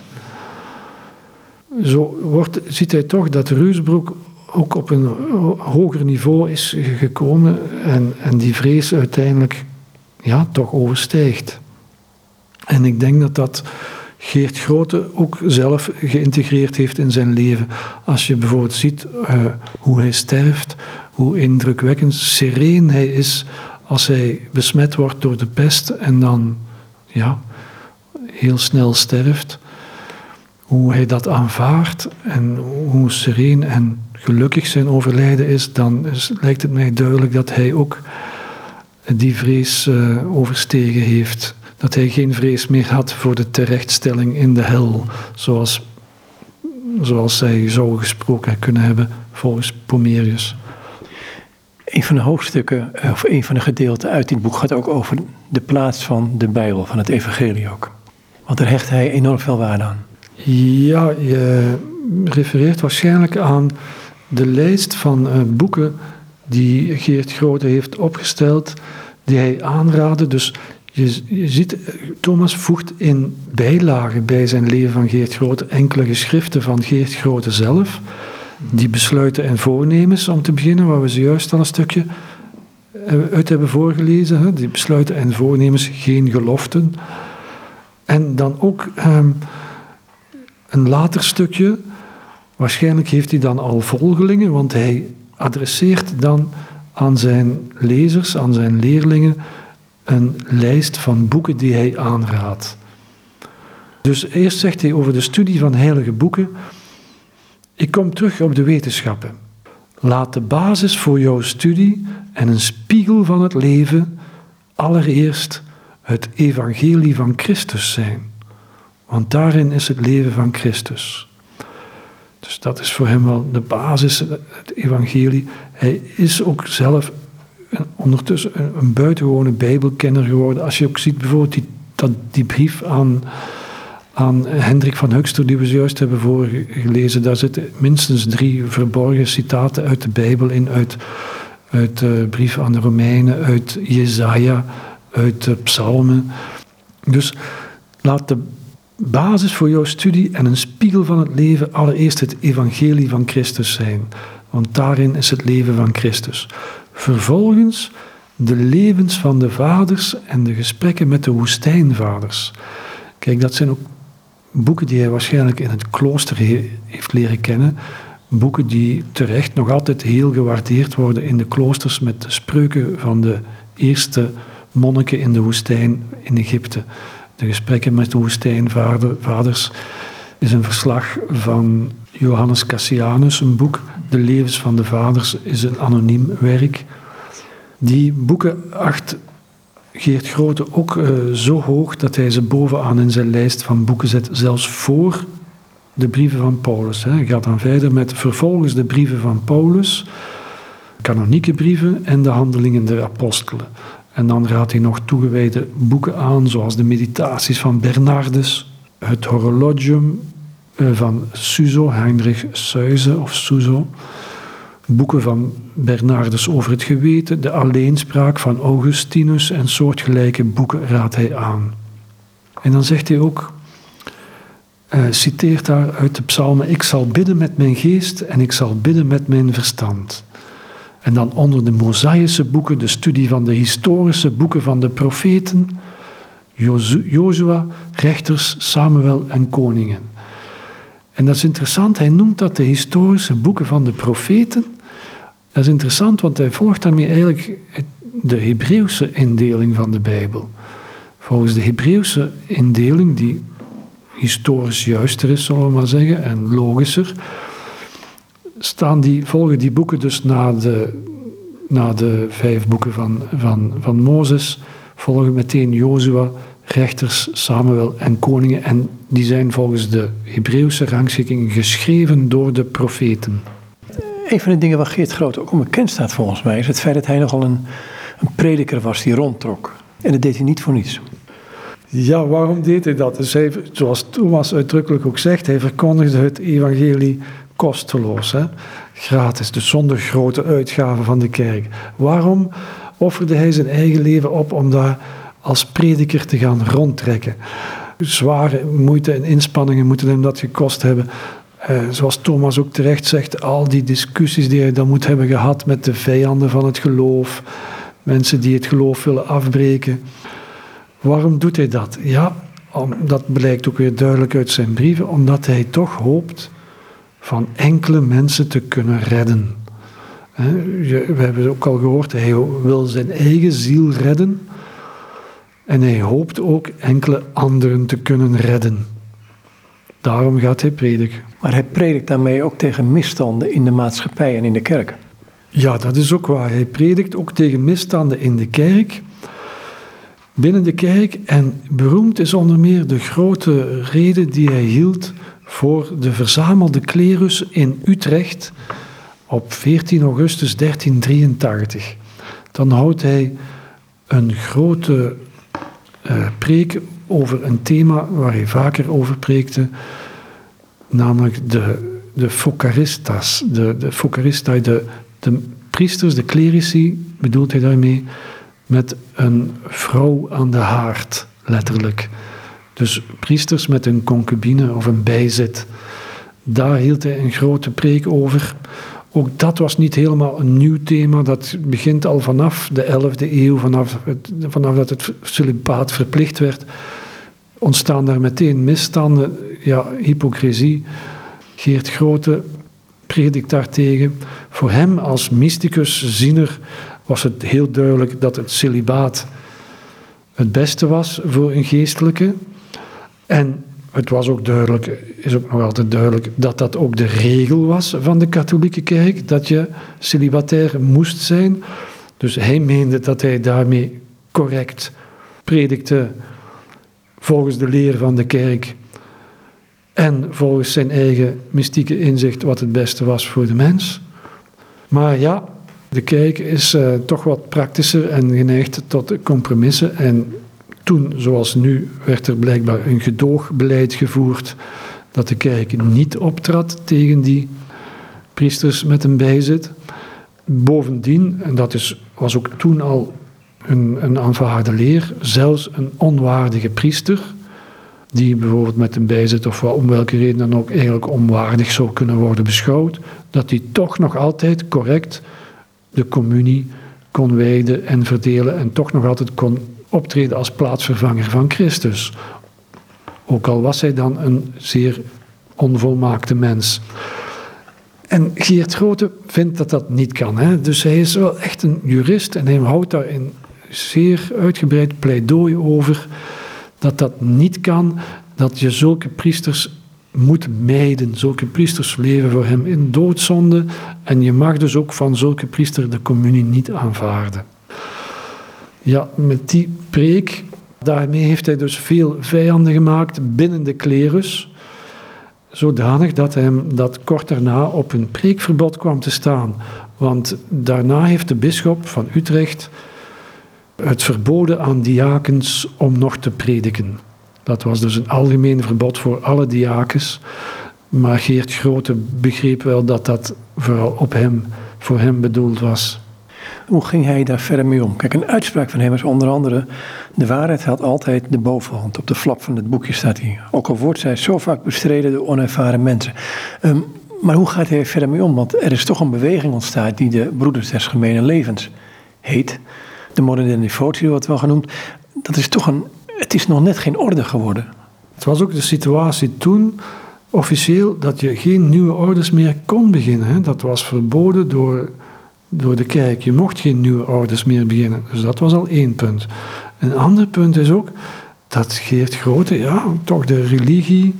Zo ziet hij toch dat Ruysbroek ook op een hoger niveau is gekomen en die vrees uiteindelijk toch overstijgt. En ik denk dat Geert Grote ook zelf geïntegreerd heeft in zijn leven. Als je bijvoorbeeld ziet hoe hij sterft, hoe indrukwekkend sereen hij is als hij besmet wordt door de pest en dan heel snel sterft. Hoe hij dat aanvaardt en hoe sereen en gelukkig zijn overlijden is, dan lijkt het mij duidelijk dat hij ook die vrees overstegen heeft. Dat hij geen vrees meer had voor de terechtstelling in de hel, zoals zij zou gesproken kunnen hebben volgens Pomerius. Een van de hoofdstukken, of een van de gedeelten uit dit boek gaat ook over de plaats van de Bijbel, van het evangelie ook. Want daar hecht hij enorm veel waarde aan. Ja, je refereert waarschijnlijk aan de lijst van boeken die Geert Grote heeft opgesteld, die hij aanraadde. Dus je ziet, Thomas voegt in bijlagen bij zijn leven van Geert Grote enkele geschriften van Geert Grote zelf. Die besluiten en voornemens, om te beginnen, waar we zojuist al een stukje uit hebben voorgelezen. Die besluiten en voornemens, geen geloften. En dan ook een later stukje, waarschijnlijk heeft hij dan al volgelingen, want hij adresseert dan aan zijn lezers, aan zijn leerlingen, een lijst van boeken die hij aanraadt. Dus eerst zegt hij over de studie van heilige boeken: ik kom terug op de wetenschappen. Laat de basis voor jouw studie en een spiegel van het leven allereerst het evangelie van Christus zijn. Want daarin is het leven van Christus. Dus dat is voor hem wel de basis, het evangelie. Hij is ook zelf ondertussen een buitengewone bijbelkenner geworden. Als je ook ziet bijvoorbeeld die brief aan Hendrik van Höxter die we zojuist hebben voorgelezen, daar zitten minstens 3 verborgen citaten uit de Bijbel in, uit de brief aan de Romeinen, uit Jesaja, uit de Psalmen. Dus laat de basis voor jouw studie en een spiegel van het leven allereerst het evangelie van Christus zijn. Want daarin is het leven van Christus. Vervolgens de levens van de vaders en de gesprekken met de woestijnvaders. Kijk, dat zijn ook boeken die hij waarschijnlijk in het klooster heeft leren kennen. Boeken die terecht nog altijd heel gewaardeerd worden in de kloosters met de spreuken van de eerste monniken in de woestijn in Egypte. De gesprekken met de woestijnvaders is een verslag van Johannes Cassianus, een boek. De levens van de vaders is een anoniem werk. Die boeken acht Geert Grote ook zo hoog dat hij ze bovenaan in zijn lijst van boeken zet, zelfs voor de brieven van Paulus. Hij gaat dan verder met vervolgens de brieven van Paulus, kanonieke brieven en de handelingen der apostelen. En dan raadt hij nog toegewijde boeken aan, zoals de meditaties van Bernardus, het horologium van Suso, Heinrich Suze of Suso, boeken van Bernardus over het geweten, de alleenspraak van Augustinus en soortgelijke boeken raadt hij aan. En dan zegt hij ook, citeert daar uit de psalmen, ik zal bidden met mijn geest en ik zal bidden met mijn verstand. En dan onder de Mosaïsche boeken, de studie van de historische boeken van de profeten, Jozua, rechters, Samuel en koningen. En dat is interessant, hij noemt dat de historische boeken van de profeten. Dat is interessant, want hij volgt daarmee eigenlijk de Hebreeuwse indeling van de Bijbel. Volgens de Hebreeuwse indeling, die historisch juister is, zullen we maar zeggen, en logischer, volgen die boeken dus na de 5 boeken van Mozes, volgen meteen Jozua, rechters, Samuel en koningen. En die zijn volgens de Hebreeuwse rangschikking geschreven door de profeten. Een van de dingen waar Geert Grote ook onbekend staat volgens mij, is het feit dat hij nogal een prediker was die rondtrok. En dat deed hij niet voor niets. Ja, waarom deed hij dat? Dus hij, zoals Thomas uitdrukkelijk ook zegt, hij verkondigde het evangelie kosteloos, hè? Gratis, dus zonder grote uitgaven van de kerk. Waarom offerde hij zijn eigen leven op om daar als prediker te gaan rondtrekken? Zware moeite en inspanningen moeten hem dat gekost hebben. Zoals Thomas ook terecht zegt, al die discussies die hij dan moet hebben gehad met de vijanden van het geloof, mensen die het geloof willen afbreken. Waarom doet hij dat? Ja, dat blijkt ook weer duidelijk uit zijn brieven, omdat hij toch hoopt van enkele mensen te kunnen redden. We hebben het ook al gehoord, hij wil zijn eigen ziel redden en hij hoopt ook enkele anderen te kunnen redden. Daarom gaat hij prediken. Maar hij predikt daarmee ook tegen misstanden in de maatschappij en in de kerk. Ja, dat is ook waar. Hij predikt ook tegen misstanden in de kerk, binnen de kerk. En beroemd is onder meer de grote rede die hij hield voor de verzamelde klerus in Utrecht op 14 augustus 1383. Dan houdt hij een grote preek over een thema waar hij vaker over preekte, namelijk de Focaristas, de Focaristai, de priesters, de clerici, bedoelt hij daarmee, met een vrouw aan de haard, letterlijk. Dus priesters met een concubine of een bijzit. Daar hield hij een grote preek over. Ook dat was niet helemaal een nieuw thema. Dat begint al vanaf de 11e eeuw, vanaf dat het celibaat verplicht werd, ontstaan daar meteen misstanden, ja, hypocrisie. Geert Grote predikt daartegen. Voor hem als mysticus, ziener, was het heel duidelijk dat het celibaat het beste was voor een geestelijke. En het was ook duidelijk, is ook nog altijd duidelijk, dat dat ook de regel was van de katholieke kerk, dat je celibatair moest zijn. Dus hij meende dat hij daarmee correct predikte volgens de leer van de kerk en volgens zijn eigen mystieke inzicht wat het beste was voor de mens. Maar ja, de kerk is toch wat praktischer en geneigd tot compromissen. En toen, zoals nu, werd er blijkbaar een gedoogbeleid gevoerd dat de kerk niet optrad tegen die priesters met een bijzit. Bovendien, en dat was ook toen al een aanvaarde leer, zelfs een onwaardige priester, die bijvoorbeeld met een bijzit of om welke reden dan ook eigenlijk onwaardig zou kunnen worden beschouwd, dat die toch nog altijd correct de communie kon wijden en verdelen en toch nog altijd kon optreden als plaatsvervanger van Christus. Ook al was hij dan een zeer onvolmaakte mens. En Geert Grote vindt dat dat niet kan. Hè? Dus hij is wel echt een jurist en hij houdt daar een zeer uitgebreid pleidooi over dat dat niet kan, dat je zulke priesters moet mijden. Zulke priesters leven voor hem in doodzonde en je mag dus ook van zulke priester de communie niet aanvaarden. Ja, met die preek, daarmee heeft hij dus veel vijanden gemaakt binnen de klerus, zodanig dat hem dat kort daarna op een preekverbod kwam te staan. Want daarna heeft de bisschop van Utrecht het verboden aan diakens om nog te prediken. Dat was dus een algemeen verbod voor alle diakens. Maar Geert Grote begreep wel dat dat vooral voor hem bedoeld was. Hoe ging hij daar verder mee om? Kijk, een uitspraak van hem is onder andere: de waarheid had altijd de bovenhand. Op de flap van het boekje staat hij. Ook al wordt zij zo vaak bestreden door onervaren mensen. Maar hoe gaat hij verder mee om? Want er is toch een beweging ontstaan die de Broeders des Gemene Levens heet. De moderne devotie wordt wel genoemd. Dat is toch het is nog net geen orde geworden. Het was ook de situatie toen, officieel, dat je geen nieuwe orders meer kon beginnen. Hè? Dat was verboden door de kerk. Je mocht geen nieuwe orders meer beginnen. Dus dat was al één punt. Een ander punt is ook dat Geert Grote, toch de religie,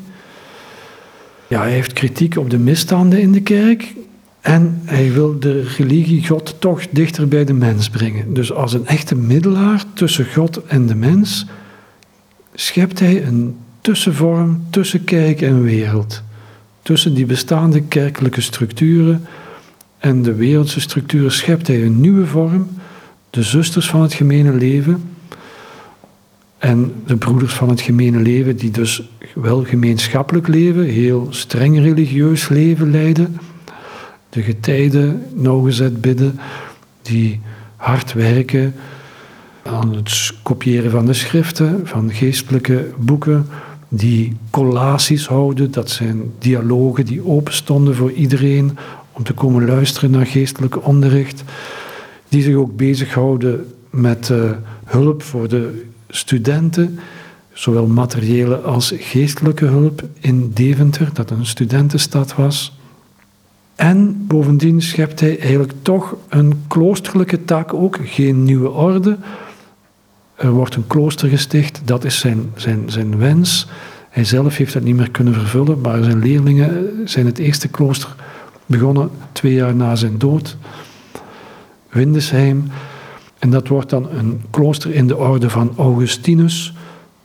hij heeft kritiek op de misstanden in de kerk en hij wil de religie God toch dichter bij de mens brengen. Dus als een echte middelaar tussen God en de mens schept hij een tussenvorm tussen kerk en wereld. Tussen die bestaande kerkelijke structuren en de wereldse structuren schept hij een nieuwe vorm, de zusters van het gemene leven en de broeders van het gemene leven, die dus wel gemeenschappelijk leven, heel streng religieus leven leiden, de getijden nauwgezet bidden, die hard werken aan het kopiëren van de schriften, van geestelijke boeken, die collaties houden, dat zijn dialogen die open stonden voor iedereen om te komen luisteren naar geestelijke onderricht, die zich ook bezighouden met hulp voor de studenten, zowel materiële als geestelijke hulp in Deventer, dat een studentenstad was. En bovendien schept hij eigenlijk toch een kloosterlijke tak ook, geen nieuwe orde. Er wordt een klooster gesticht, dat is zijn wens. Hij zelf heeft dat niet meer kunnen vervullen, maar zijn leerlingen zijn het eerste klooster begonnen 2 jaar na zijn dood. Windesheim. En dat wordt dan een klooster in de orde van Augustinus,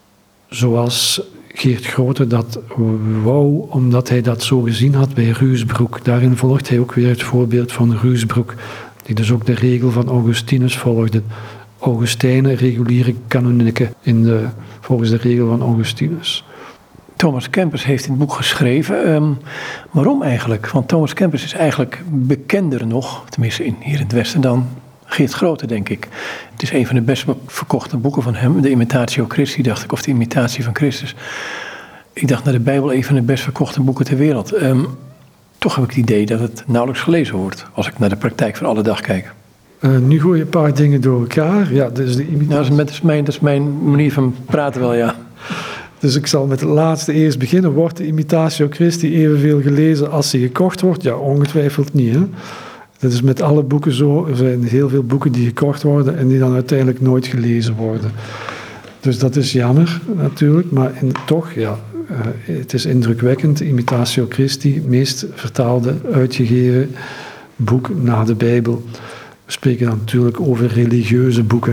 zoals Geert Grote dat wou, omdat hij dat zo gezien had bij Ruusbroek. Daarin volgt hij ook weer het voorbeeld van Ruusbroek, die dus ook de regel van Augustinus volgde. Augustijnen, reguliere kanonieken volgens de regel van Augustinus. Thomas Kempers heeft in het boek geschreven. Waarom eigenlijk? Want Thomas Kempers is eigenlijk bekender nog, tenminste hier in het Westen, dan Geert Grote, denk ik. Het is een van de best verkochte boeken van hem, de Imitatio Christi, dacht ik, of de Imitatie van Christus. Ik dacht naar de Bijbel een van de best verkochte boeken ter wereld. Toch heb ik het idee dat het nauwelijks gelezen wordt, als ik naar de praktijk van alle dag kijk. Nu gooi je een paar dingen door elkaar. Ja, dus de imitatie. Nou, dat is mijn manier van praten wel, ja. Dus ik zal met het laatste eerst beginnen. Wordt de Imitatio Christi evenveel gelezen als die gekocht wordt? Ja, ongetwijfeld niet. Hè? Dat is met alle boeken zo. Er zijn heel veel boeken die gekocht worden en die dan uiteindelijk nooit gelezen worden. Dus dat is jammer natuurlijk, maar toch, ja, het is indrukwekkend. Imitatio Christi, meest vertaalde, uitgegeven boek na de Bijbel. We spreken dan natuurlijk over religieuze boeken.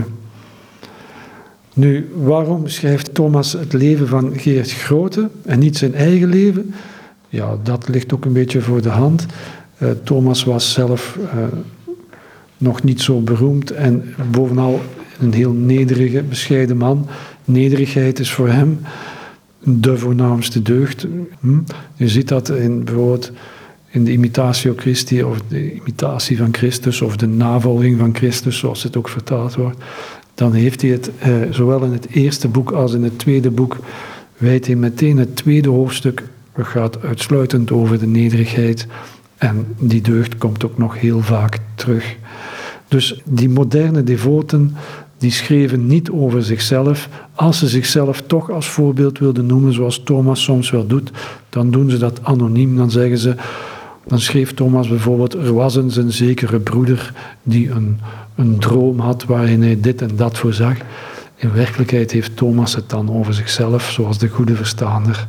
Nu, waarom schrijft Thomas het leven van Geert Grote en niet zijn eigen leven? Ja, dat ligt ook een beetje voor de hand. Thomas was zelf nog niet zo beroemd en bovenal een heel nederige, bescheiden man. Nederigheid is voor hem de voornaamste deugd. Je ziet dat bijvoorbeeld in de Imitatio Christi of de imitatie van Christus of de navolging van Christus, zoals het ook vertaald wordt. Dan heeft hij het, zowel in het eerste boek als in het tweede boek, wijdt hij meteen het tweede hoofdstuk. Het gaat uitsluitend over de nederigheid en die deugd komt ook nog heel vaak terug. Dus die moderne devoten, die schreven niet over zichzelf. Als ze zichzelf toch als voorbeeld wilden noemen, zoals Thomas soms wel doet, dan doen ze dat anoniem. Dan schreef Thomas bijvoorbeeld, er was eens een zekere broeder die een droom had waarin hij dit en dat voorzag. In werkelijkheid heeft Thomas het dan over zichzelf, zoals de goede verstaander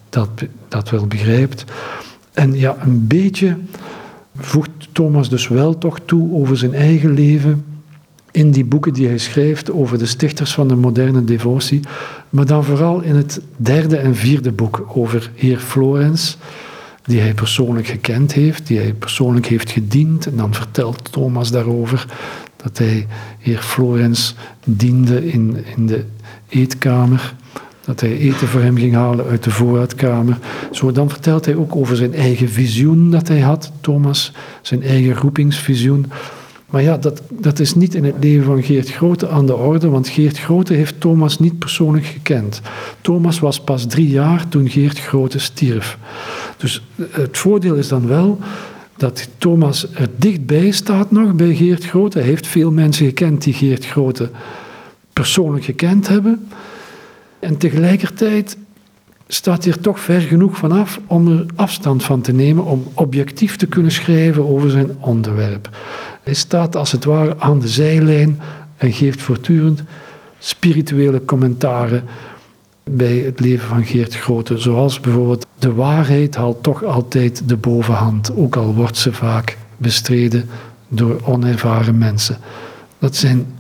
dat wel begrijpt. En ja, een beetje voegt Thomas dus wel toch toe over zijn eigen leven in die boeken die hij schrijft over de stichters van de moderne devotie, maar dan vooral in het derde en vierde boek over heer Florens, die hij persoonlijk gekend heeft, die hij persoonlijk heeft gediend. En dan vertelt Thomas daarover dat hij heer Florens diende in de eetkamer, dat hij eten voor hem ging halen uit de voorraadkamer. Zo, dan vertelt hij ook over zijn eigen visioen dat hij had, Thomas, zijn eigen roepingsvisioen. Maar ja, dat is niet in het leven van Geert Grote aan de orde, want Geert Grote heeft Thomas niet persoonlijk gekend. Thomas was pas 3 jaar toen Geert Grote stierf. Dus het voordeel is dan wel dat Thomas er dichtbij staat nog bij Geert Grote. Hij heeft veel mensen gekend die Geert Grote persoonlijk gekend hebben. En tegelijkertijd staat hij er toch ver genoeg vanaf om er afstand van te nemen, om objectief te kunnen schrijven over zijn onderwerp. Hij staat als het ware aan de zijlijn en geeft voortdurend spirituele commentaren bij het leven van Geert Grote. Zoals bijvoorbeeld, de waarheid haalt toch altijd de bovenhand, ook al wordt ze vaak bestreden door onervaren mensen. Dat zijn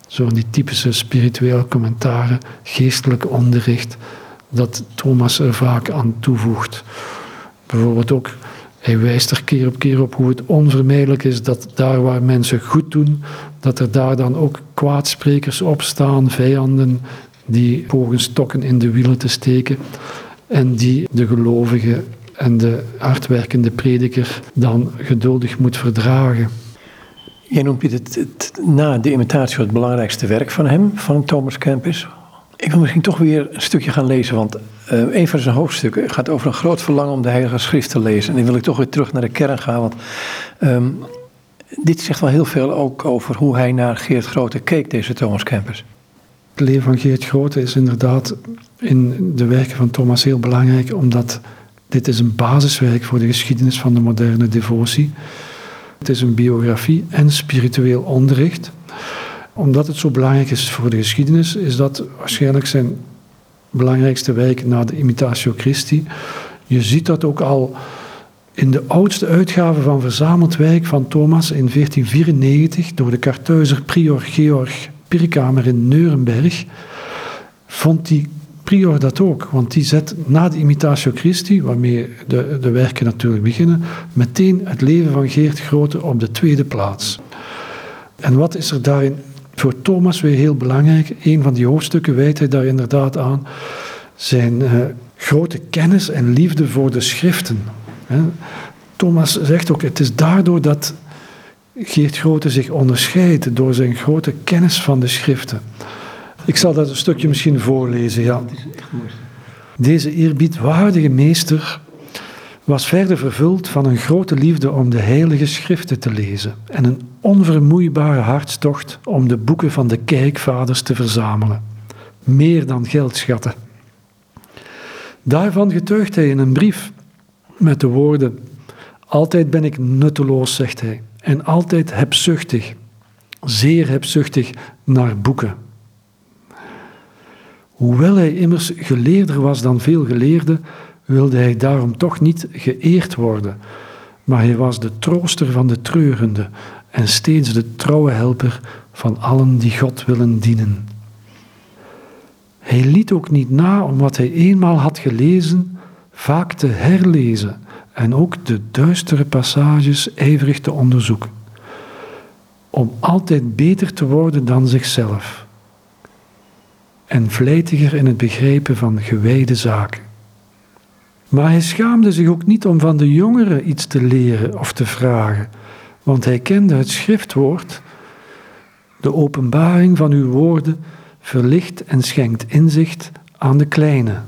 Zo die typische spirituele commentaren, geestelijk onderricht, dat Thomas er vaak aan toevoegt. Bijvoorbeeld ook, hij wijst er keer op keer op hoe het onvermijdelijk is dat daar waar mensen goed doen, dat er daar dan ook kwaadsprekers opstaan, vijanden die pogen stokken in de wielen te steken en die de gelovige en de hardwerkende prediker dan geduldig moet verdragen. Jij noemt het na de imitatie het belangrijkste werk van hem, van Thomas Kempis. Ik wil misschien toch weer een stukje gaan lezen, want een van zijn hoofdstukken gaat over een groot verlangen om de Heilige Schrift te lezen. En dan wil ik toch weer terug naar de kern gaan, want dit zegt wel heel veel ook over hoe hij naar Geert Grote keek, deze Thomas Kempis. Het leven van Geert Grote is inderdaad in de werken van Thomas heel belangrijk, omdat dit is een basiswerk voor de geschiedenis van de moderne devotie. Het is een biografie en spiritueel onderricht. Omdat het zo belangrijk is voor de geschiedenis, is dat waarschijnlijk zijn belangrijkste werk na de Imitatio Christi. Je ziet dat ook al in de oudste uitgave van verzameld werk van Thomas in 1494 door de Kartuizer prior Georg Pirkamer in Nuremberg, vond die prior dat ook. Want die zet na de Imitatio Christi, waarmee de werken natuurlijk beginnen, meteen het leven van Geert Grote op de tweede plaats. En wat is er daarin voor Thomas weer heel belangrijk? Een van die hoofdstukken wijdt hij daar inderdaad aan zijn grote kennis en liefde voor de schriften. Thomas zegt ook, het is daardoor dat Geert Grote zich onderscheidt, door zijn grote kennis van de schriften. Ik zal dat een stukje misschien voorlezen. Ja. Deze eerbiedwaardige meester was verder vervuld van een grote liefde om de heilige schriften te lezen en een onvermoeibare hartstocht om de boeken van de kerkvaders te verzamelen, meer dan geldschatten. Daarvan getuigt hij in een brief met de woorden: altijd ben ik nutteloos, zegt hij, en altijd hebzuchtig, zeer hebzuchtig naar boeken. Hoewel hij immers geleerder was dan veel geleerden, wilde hij daarom toch niet geëerd worden, maar hij was de trooster van de treurenden en steeds de trouwe helper van allen die God willen dienen. Hij liet ook niet na om wat hij eenmaal had gelezen vaak te herlezen en ook de duistere passages ijverig te onderzoeken, om altijd beter te worden dan zichzelf en vlijtiger in het begrijpen van gewijde zaken. Maar hij schaamde zich ook niet om van de jongeren iets te leren of te vragen, want hij kende het schriftwoord: de openbaring van uw woorden verlicht en schenkt inzicht aan de kleine.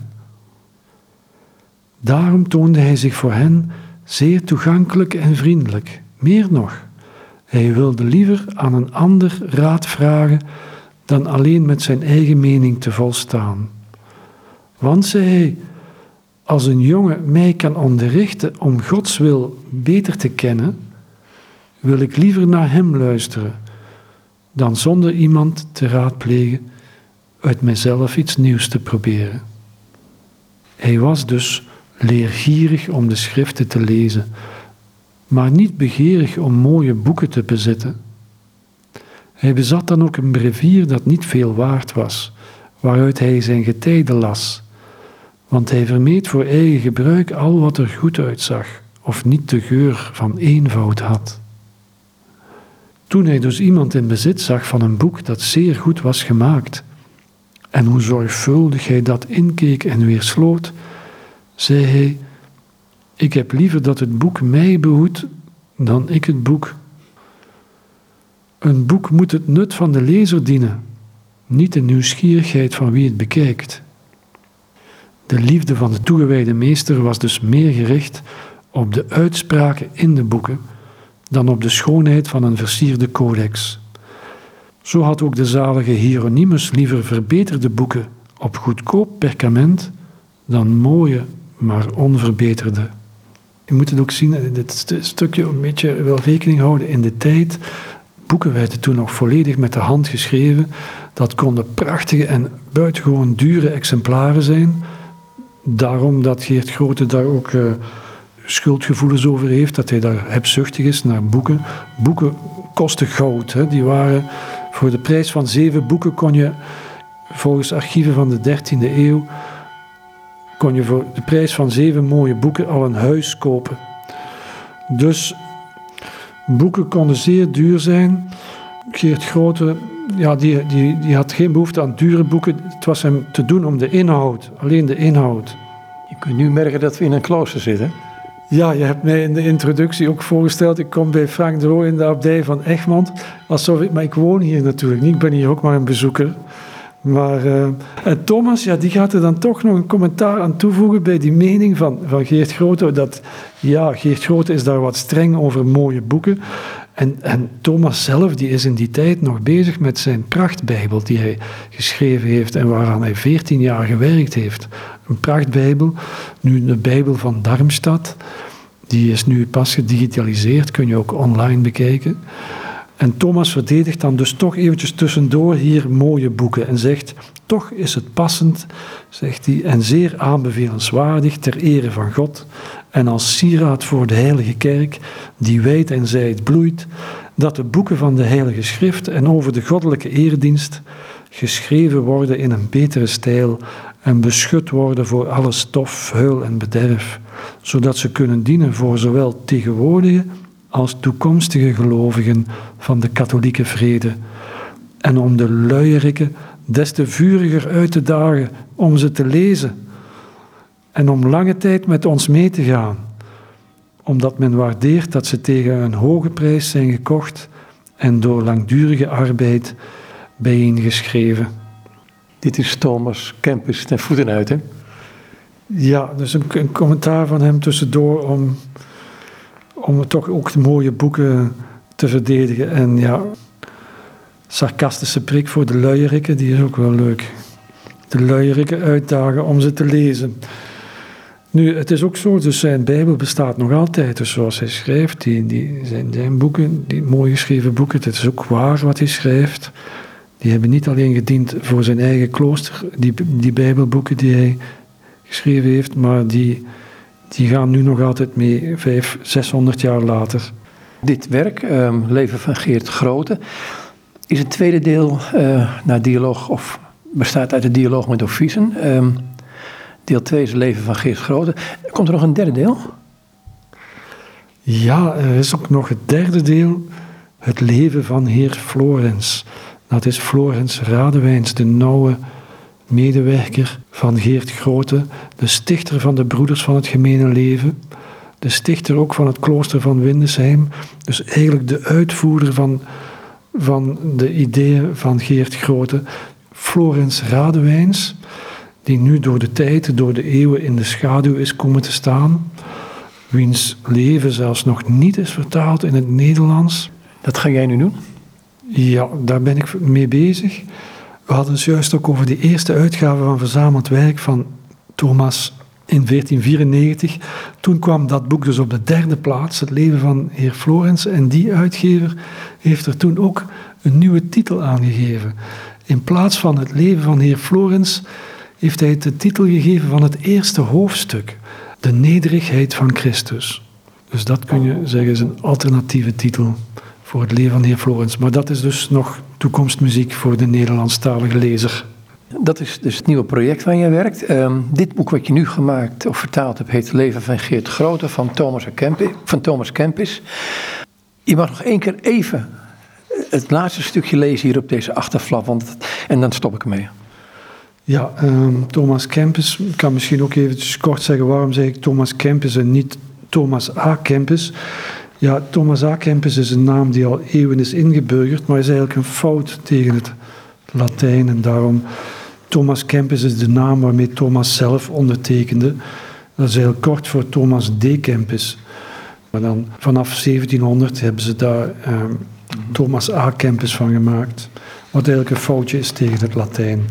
Daarom toonde hij zich voor hen zeer toegankelijk en vriendelijk. Meer nog, hij wilde liever aan een ander raad vragen dan alleen met zijn eigen mening te volstaan. Want, zei hij, als een jongen mij kan onderrichten om Gods wil beter te kennen, wil ik liever naar hem luisteren dan zonder iemand te raadplegen uit mijzelf iets nieuws te proberen. Hij was dus leergierig om de schriften te lezen, maar niet begeerig om mooie boeken te bezitten. Hij bezat dan ook een brevier dat niet veel waard was, waaruit hij zijn getijden las, want hij vermeed voor eigen gebruik al wat er goed uitzag of niet de geur van eenvoud had. Toen hij dus iemand in bezit zag van een boek dat zeer goed was gemaakt, en hoe zorgvuldig hij dat inkeek en weer sloot, zei hij: ik heb liever dat het boek mij behoedt dan ik het boek. Een boek moet het nut van de lezer dienen, niet de nieuwsgierigheid van wie het bekijkt. De liefde van de toegewijde meester was dus meer gericht op de uitspraken in de boeken dan op de schoonheid van een versierde codex. Zo had ook de zalige Hieronymus liever verbeterde boeken op goedkoop perkament dan mooie, maar onverbeterde. Je moet het ook zien, dit stukje een beetje wel rekening houden in de tijd. Boeken werden toen nog volledig met de hand geschreven. Dat konden prachtige en buitengewoon dure exemplaren zijn. Daarom dat Geert Grote daar ook schuldgevoelens over heeft, dat hij daar hebzuchtig is naar boeken. Boeken kosten goud. Hè. Die waren Voor de prijs van 7 boeken kon je, volgens archieven van de 13e eeuw, kon je voor de prijs van 7 mooie boeken al een huis kopen. Dus boeken konden zeer duur zijn. Geert Grote, ja, die had geen behoefte aan dure boeken. Het was hem te doen om de inhoud, alleen de inhoud. Je kunt nu merken dat we in een klooster zitten. Ja, je hebt mij in de introductie ook voorgesteld. Ik kom bij Frank de Roo in de abdij van Egmond. Maar ik woon hier natuurlijk niet. Ik ben hier ook maar een bezoeker. Maar en Thomas, ja, die gaat er dan toch nog een commentaar aan toevoegen bij die mening van Geert Grote. Dat, ja, Geert Grote is daar wat streng over mooie boeken. En Thomas zelf, die is in die tijd nog bezig met zijn prachtbijbel die hij geschreven heeft en waaraan hij 14 jaar gewerkt heeft. Een prachtbijbel, nu de Bijbel van Darmstadt. Die is nu pas gedigitaliseerd, kun je ook online bekijken. En Thomas verdedigt dan dus toch eventjes tussendoor hier mooie boeken en zegt, toch is het passend, zegt hij, en zeer aanbevelenswaardig ter ere van God en als sieraad voor de heilige kerk, die wijd en zijd bloeit, dat de boeken van de heilige schrift en over de goddelijke eredienst geschreven worden in een betere stijl en beschut worden voor alle stof, vuil en bederf, zodat ze kunnen dienen voor zowel tegenwoordige als toekomstige gelovigen van de katholieke vrede. En om de luierikken des te vuriger uit te dagen om ze te lezen en om lange tijd met ons mee te gaan, omdat men waardeert dat ze tegen een hoge prijs zijn gekocht en door langdurige arbeid bijeengeschreven. Dit is Thomas Kempis ten voeten uit, hè? Ja, dus een commentaar van hem tussendoor om toch ook de mooie boeken te verdedigen. En ja, sarcastische prik voor de luierikken, die is ook wel leuk. De luierikken uitdagen om ze te lezen. Nu, het is ook zo, dus zijn Bijbel bestaat nog altijd. Dus zoals hij schrijft, zijn boeken, die mooi geschreven boeken, het is ook waar wat hij schrijft. Die hebben niet alleen gediend voor zijn eigen klooster, die Bijbelboeken die hij geschreven heeft, maar die gaan nu nog altijd mee, 500-600 jaar later. Dit werk, Leven van Geert Grote, is het tweede deel naar dialoog, of bestaat uit de dialoog met Ophicen. Deel 2 is het Leven van Geert Grote. Komt er nog een derde deel? Ja, er is ook nog het derde deel, het leven van heer Florens. Dat is Florens Radewijns, de nauwe medewerker van Geert Grote, de stichter van de Broeders van het Gemene Leven, de stichter ook van het klooster van Windesheim, dus eigenlijk de uitvoerder van de ideeën van Geert Grote, Florens Radewijns, die nu door de tijd, door de eeuwen in de schaduw is komen te staan, wiens leven zelfs nog niet is vertaald in het Nederlands. Dat ga jij nu doen? Ja, daar ben ik mee bezig. We hadden het juist ook over de eerste uitgave van Verzameld Werk van Thomas in 1494. Toen kwam dat boek dus op de 3e plaats, het leven van heer Florens. En die uitgever heeft er toen ook een nieuwe titel aangegeven. In plaats van het leven van heer Florens heeft hij de titel gegeven van het eerste hoofdstuk. De nederigheid van Christus. Dus dat kun je zeggen is een alternatieve titel voor het leven van heer Florens. Maar dat is dus nog toekomstmuziek voor de Nederlandstalige lezer. Dat is dus het nieuwe project waar jij werkt. Dit boek wat je nu gemaakt of vertaald hebt heet Leven van Geert Grote van Thomas Kempis. Je mag nog 1 keer even het laatste stukje lezen hier op deze achterflap, en dan stop ik ermee. Ja, Thomas Kempis, ik kan misschien ook even kort zeggen waarom zeg ik Thomas Kempis en niet Thomas A. Kempis. Ja, Thomas A. Kempis is een naam die al eeuwen is ingeburgerd, maar is eigenlijk een fout tegen het Latijn. En daarom, Thomas Kempis is de naam waarmee Thomas zelf ondertekende. Dat is heel kort voor Thomas D. Kempis. Maar dan vanaf 1700 hebben ze daar Thomas A. Kempis van gemaakt. Wat eigenlijk een foutje is tegen het Latijn.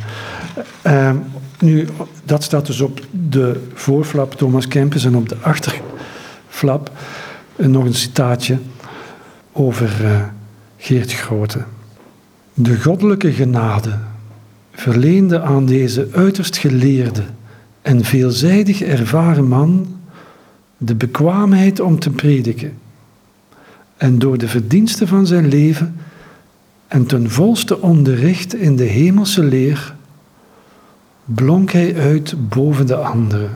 Nu, dat staat dus op de voorflap Thomas Kempis en op de achterflap nog een citaatje over Geert Grote. De goddelijke genade verleende aan deze uiterst geleerde en veelzijdig ervaren man de bekwaamheid om te prediken en door de verdiensten van zijn leven En ten volste onderricht in de hemelse leer, blonk hij uit boven de anderen.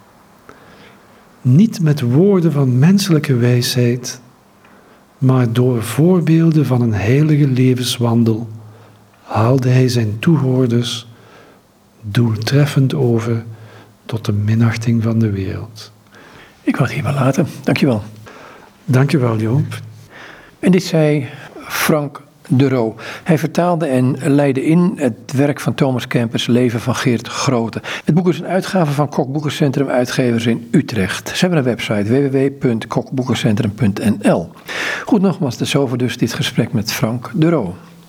Niet met woorden van menselijke wijsheid, maar door voorbeelden van een heilige levenswandel haalde hij zijn toehoorders doeltreffend over tot de minachting van de wereld. Ik wou het hierbij laten. Dankjewel. Dankjewel, Joop. En dit zei Frank de Roo. Hij vertaalde en leidde in het werk van Thomas Kempis, Leven van Geert Grote. Het boek is een uitgave van Kok Boekencentrum Uitgevers in Utrecht. Ze hebben een website www.kokboekencentrum.nl. Goed, nogmaals, tot zover dus dit gesprek met Frank de Roo.